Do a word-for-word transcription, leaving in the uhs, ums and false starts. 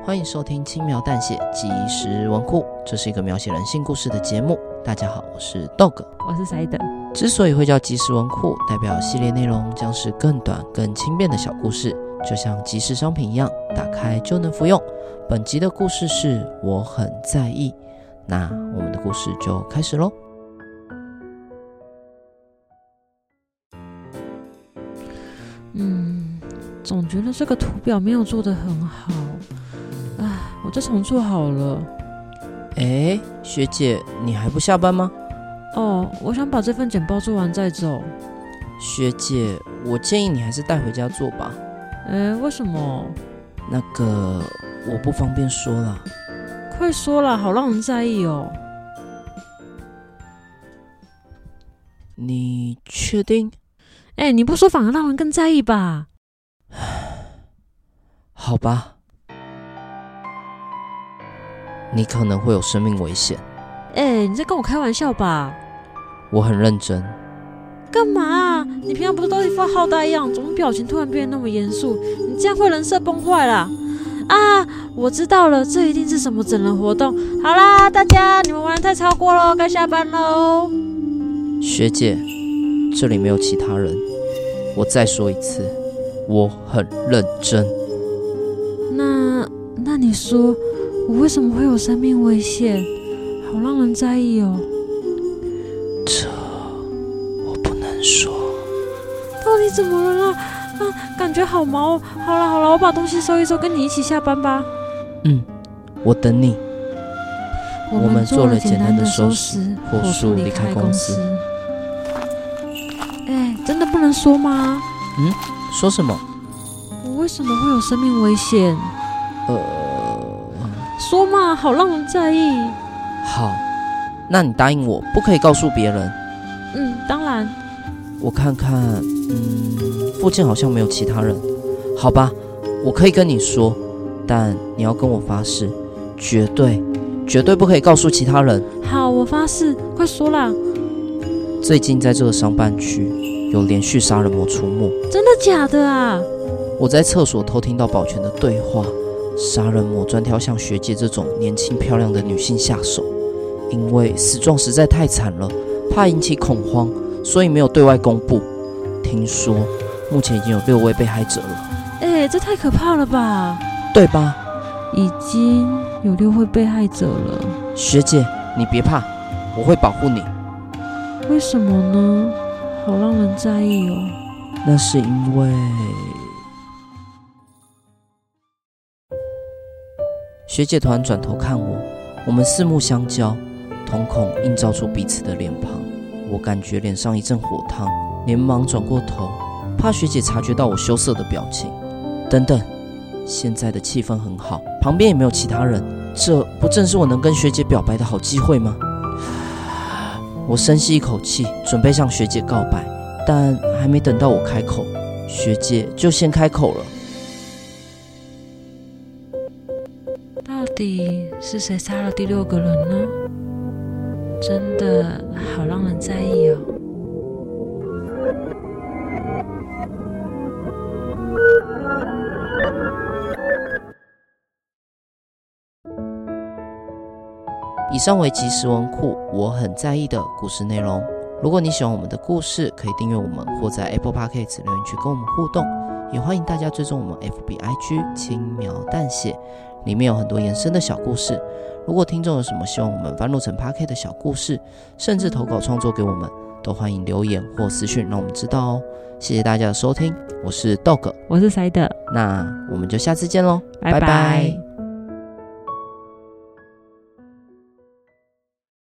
欢迎收听轻描淡写即时文库，这是一个描写人性故事的节目。大家好，我是 Dog， 我是 Side。 之所以会叫即时文库，代表系列内容将是更短更轻便的小故事，就像即时商品一样，打开就能服用。本集的故事是我很在意，那我们的故事就开始咯。 嗯，总觉得这个图表没有做得很好，唉，我再重做好了。 诶，学姐，你还不下班吗？ 哦，我想把这份简报做完再走。 学姐，我建议你还是带回家做吧。 诶，为什么？ 那个，我不方便说啦。 快说啦，好让人在意哦。 你确定？ 诶，你不说反而让人更在意吧？ 好吧。你可能会有生命危险。 诶，你在跟我开玩笑吧？ 我很认真。 干嘛啊？你平常不是都一副好大样，怎么表情突然变得那么严肃？你这样会人设崩坏啦！啊，我知道了，这一定是什么整人活动。好啦，大家你们玩得太超过了，该下班喽。 学姐，这里没有其他人。我再说一次，我很认真。 那那你说，我为什么会有生命危险？好让人在意哦。 这我不能说。 到底怎么了啦？啊，感觉好毛哦。好了好了，我把东西收一收，跟你一起下班吧。 嗯，我等你。 我们做了简单的收拾， 火速离开公司。 哎，真的不能说吗？ 嗯，说什么？ 我为什么会有生命危险？ 呃， 说嘛，好让人在意。 好，那你答应我，不可以告诉别人。 嗯，当然。 我看看，嗯，附近好像没有其他人。好吧，我可以跟你说，但你要跟我发誓，绝对绝对不可以告诉其他人。 好，我发誓，快说啦。 最近在这个商办区有连续杀人魔出没。 真的假的啊？ 我在厕所偷听到保全的对话，杀人魔专挑向学姐这种年轻漂亮的女性下手，因为死状实在太惨了，怕引起恐慌，所以没有对外公布。听说目前已经有六位被害者了。 哎，这太可怕了吧？ 对吧？ 已经有六位被害者了。 学姐，你别怕，我会保护你。 为什么呢？好让人在意哦。 那是因为学姐突然转头看我，我们四目相交，瞳孔映照出彼此的脸庞。我感觉脸上一阵火烫，连忙转过头，怕学姐察觉到我羞涩的表情。等等，现在的气氛很好，旁边也没有其他人，这不正是我能跟学姐表白的好机会吗？我深吸一口气，准备向学姐告白，但还没等到我开口，学姐就先开口了。 到底是谁杀了第六个人呢？真的好让人在意哦。 以上为即时文库我很在意的故事内容。如果你喜欢我们的故事，可以订阅我们，或在 Apple Podcast 留言区跟我们互动。也欢迎大家追踪我们 F B I G 轻描淡写，里面有很多延伸的小故事。如果听众有什么希望我们翻录成 Podcast 的小故事，甚至投稿创作给我们，都欢迎留言或私讯让我们知道哦。谢谢大家的收听，我是 Dog， 我是 Side， 那我们就下次见咯， 拜拜。 拜拜。